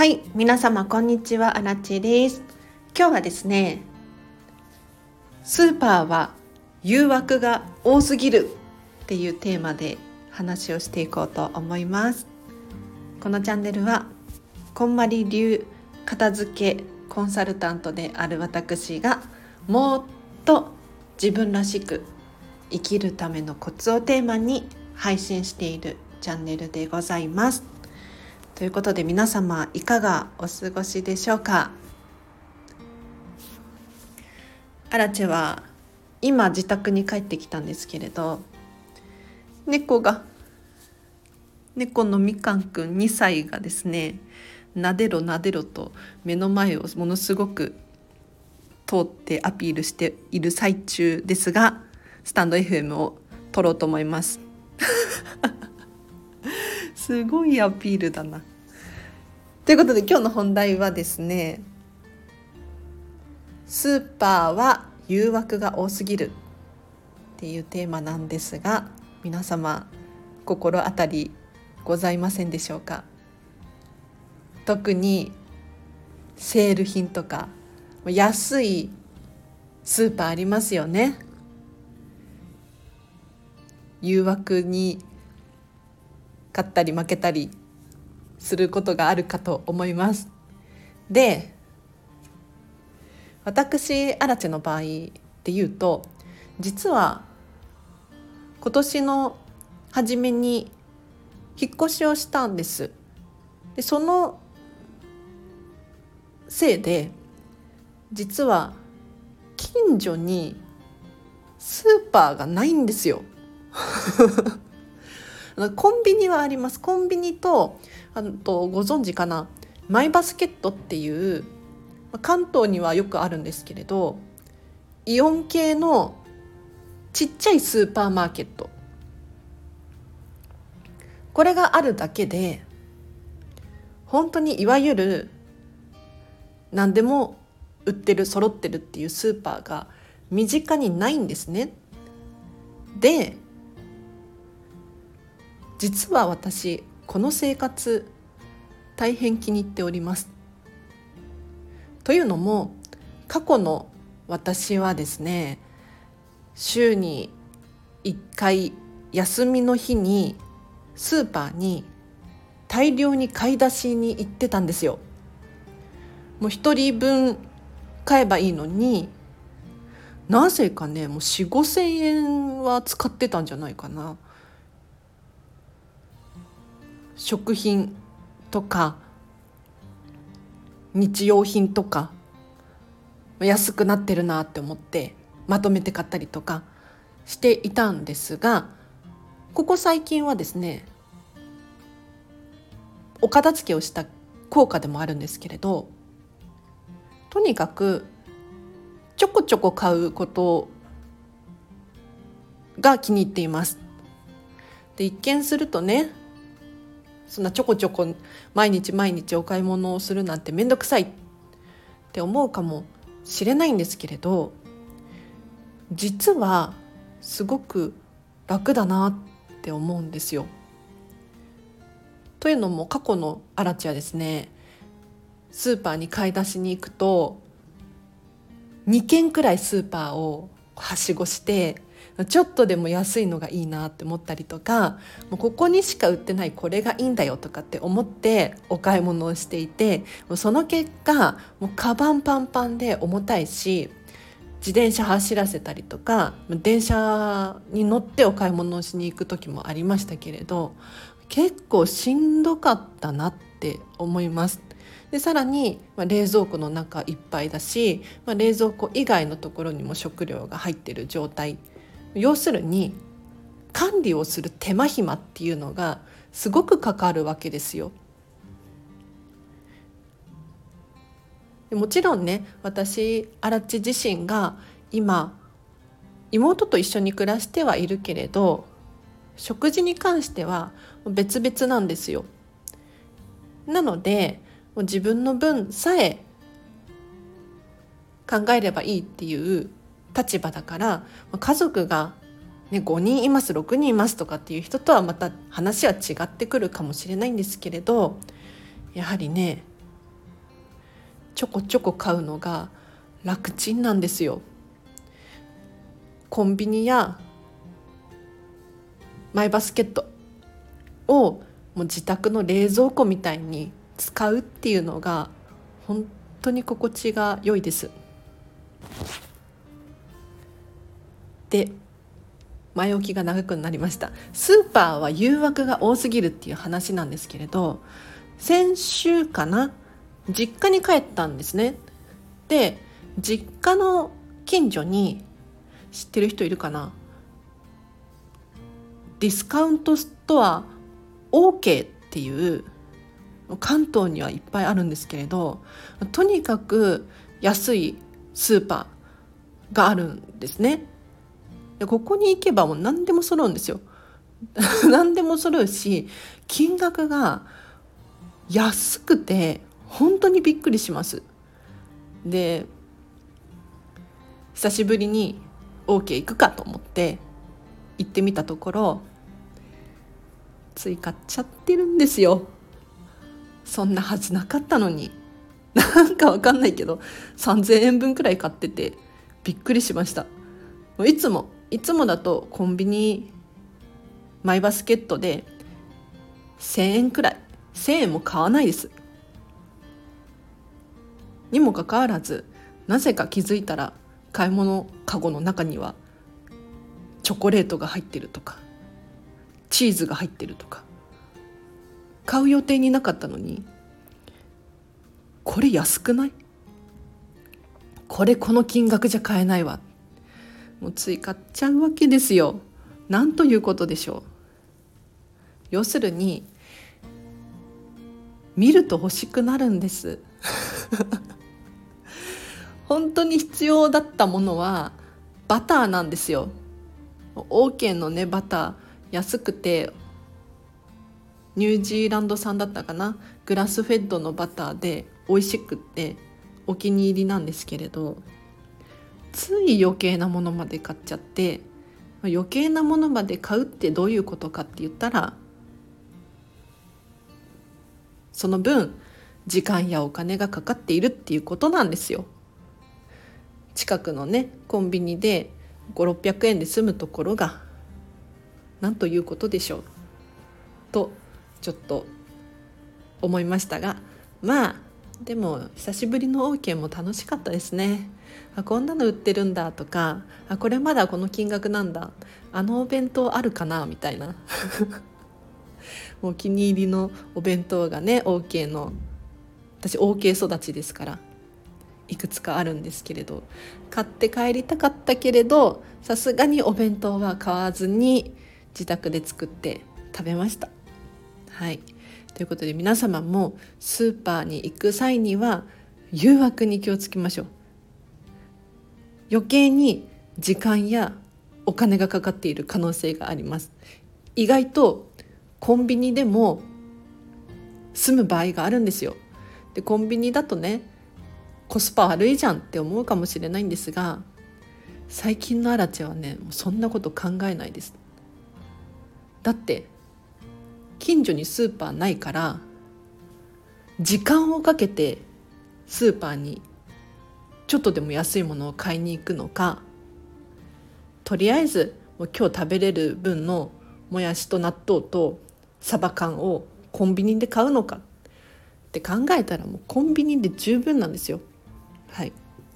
はい、皆様こんにちは、あらちです。今日はですね、スーパーは誘惑が多すぎるっていうテーマで話をしていこうと思います。このチャンネルはこんまり流片付けコンサルタントである私がもっと自分らしく生きるためのコツをテーマに配信しているチャンネルでございます。ということで皆様いかがお過ごしでしょうか。アラチェは今自宅に帰ってきたんですけれど、猫のみかんくん2歳がですね、なでろなでろと目の前をものすごく通ってアピールしている最中ですが、スタンド FM を撮ろうと思いますすごいアピールだな。ということで今日の本題はですね、スーパーは誘惑が多すぎるっていうテーマなんですが、皆様心当たりございませんでしょうか。特にセール品とか安いスーパーありますよね。誘惑に勝ったり負けたりすることがあるかと思います。で、私アラチェの場合で言うと、実は今年の初めに引っ越しをしたんです。で、そのせいで実は近所にスーパーがないんですよコンビニはあります。コンビニとご存知かな、マイバスケットっていう関東にはよくあるんですけれど、イオン系のちっちゃいスーパーマーケット、これがあるだけで本当にいわゆる何でも売ってる揃ってるっていうスーパーが身近にないんですね。で、実は私この生活大変気に入っております。というのも、過去の私はですね、週に1回休みの日にスーパーに大量に買い出しに行ってたんですよ。もう1人分買えばいいのに、なぜかね、もう4、5千円は使ってたんじゃないかな。食品とか日用品とか安くなってるなって思ってまとめて買ったりとかしていたんですが、ここ最近はですね、お片付けをした効果でもあるんですけれど、とにかくちょこちょこ買うことが気に入っています。で、一見するとね、そんなちょこちょこ毎日お買い物をするなんてめんどくさいって思うかもしれないんですけれど、実はすごく楽だなって思うんですよ。というのも、過去のアラチはですね、スーパーに買い出しに行くと2軒くらいスーパーをはしごして、ちょっとでも安いのがいいなって思ったりとか、もうここにしか売ってないこれがいいんだよとかって思ってお買い物をしていて、その結果もうカバンパンパンで重たいし、自転車走らせたりとか電車に乗ってお買い物をしに行く時もありましたけれど、結構しんどかったなって思います。で、さらに、冷蔵庫の中いっぱいだし、冷蔵庫以外のところにも食料が入っている状態、要するに管理をする手間暇っていうのがすごくかかるわけですよ。もちろんね、私アラチ自身が今妹と一緒に暮らしてはいるけれど、食事に関しては別々なんですよ。なので自分の分さえ考えればいいっていう立場だから、家族が、ね、5人います6人いますとかっていう人とはまた話は違ってくるかもしれないんですけれど、やはりね、 ちょこちょこ買うのが楽ちんなんですよ。コンビニやマイバスケットをもう自宅の冷蔵庫みたいに使うっていうのが本当に心地が良いです。で、前置きが長くなりました。スーパーは誘惑が多すぎるっていう話なんですけれど、先週かな、実家に帰ったんですね。で、実家の近所に、知ってる人いるかな、ディスカウントストア OK っていう関東にはいっぱいあるんですけれど、とにかく安いスーパーがあるんですね。でここに行けばもう何でも揃うんですよ何でも揃うし、金額が安くて本当にびっくりします。で、久しぶりに OK 行くかと思って行ってみたところ、つい買っちゃってるんですよ。そんなはずなかったのに、なんかわかんないけど3000円分くらい買っててびっくりしました。いつもだとコンビニマイバスケットで1000円くらい、1000円も買わないです。にもかかわらず、なぜか気づいたら買い物カゴの中にはチョコレートが入ってるとかチーズが入ってるとか、買う予定になかったのに、これ安くない？この金額じゃ買えないわ、もうつい買っちゃうわけですよ。なんということでしょう。要するに見ると欲しくなるんです本当に必要だったものはバターなんですよ。OK のね、バター安くて、ニュージーランド産だったかな、グラスフェッドのバターで美味しくってお気に入りなんですけれど、つい余計なものまで買っちゃって、余計なものまで買うってどういうことかって言ったら、その分時間やお金がかかっているっていうことなんですよ。近くのねコンビニで5、600円で済むところがなんということでしょうとちょっと思いましたが、まあでも久しぶりの OK も楽しかったですね。こんなの売ってるんだとか、これまだこの金額なんだ、あのお弁当あるかなみたいなもうお気に入りのお弁当がね OK の、私 OK 育ちですからいくつかあるんですけれど、買って帰りたかったけれど、さすがにお弁当は買わずに自宅で作って食べました。はい、ということで皆様もスーパーに行く際には誘惑に気をつけましょう。余計に時間やお金がかかっている可能性があります。意外とコンビニでも済む場合があるんですよ。でコンビニだとね、コスパ悪いじゃんって思うかもしれないんですが、最近のアラチェはねもうそんなこと考えないです。だって近所にスーパーないから、時間をかけてスーパーにちょっとでも安いものを買いに行くのか、とりあえずもう今日食べれる分のもやしと納豆とサバ缶をコンビニで買うのかって考えたら、もうコンビニで十分なんですよ。はい、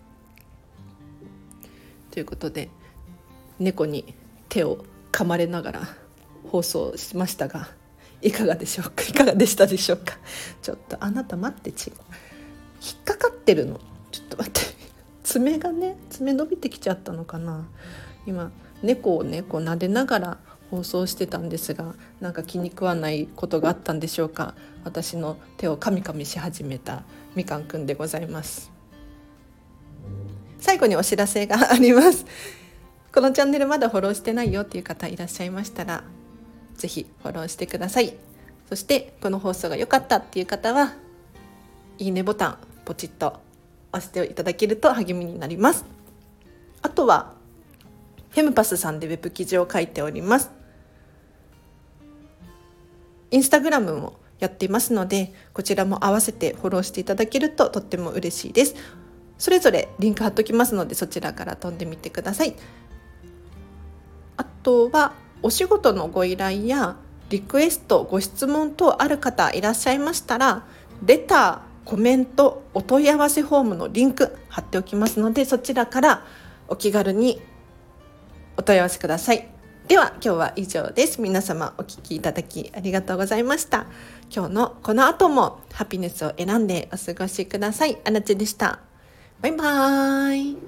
ということで猫に手を噛まれながら放送しましたが、いかがでしょうか、いかがでしたでしょうか。ちょっとあなた待って、引っかかってるの、ちょっと待って、爪伸びてきちゃったのかな。今猫をねこう撫でながら放送してたんですが、なんか気に食わないことがあったんでしょうか。私の手をカミカミし始めたみかんくんでございます。最後にお知らせがあります。このチャンネルまだフォローしてないよっていう方いらっしゃいましたら、ぜひフォローしてください。そしてこの放送が良かったっていう方はいいねボタンポチッと押していただけると励みになります。あとはフェムパスさんでウェブ記事を書いております。インスタグラムもやっていますので、こちらも合わせてフォローしていただけるととっても嬉しいです。それぞれリンク貼っときますので、そちらから飛んでみてください。あとはお仕事のご依頼やリクエスト、ご質問等ある方いらっしゃいましたら、レター、コメント、お問い合わせフォームのリンク貼っておきますので、そちらからお気軽にお問い合わせください。では今日は以上です。皆様お聞きいただきありがとうございました。今日のこの後もハピネスを選んでお過ごしください。あなちでした。バイバーイ。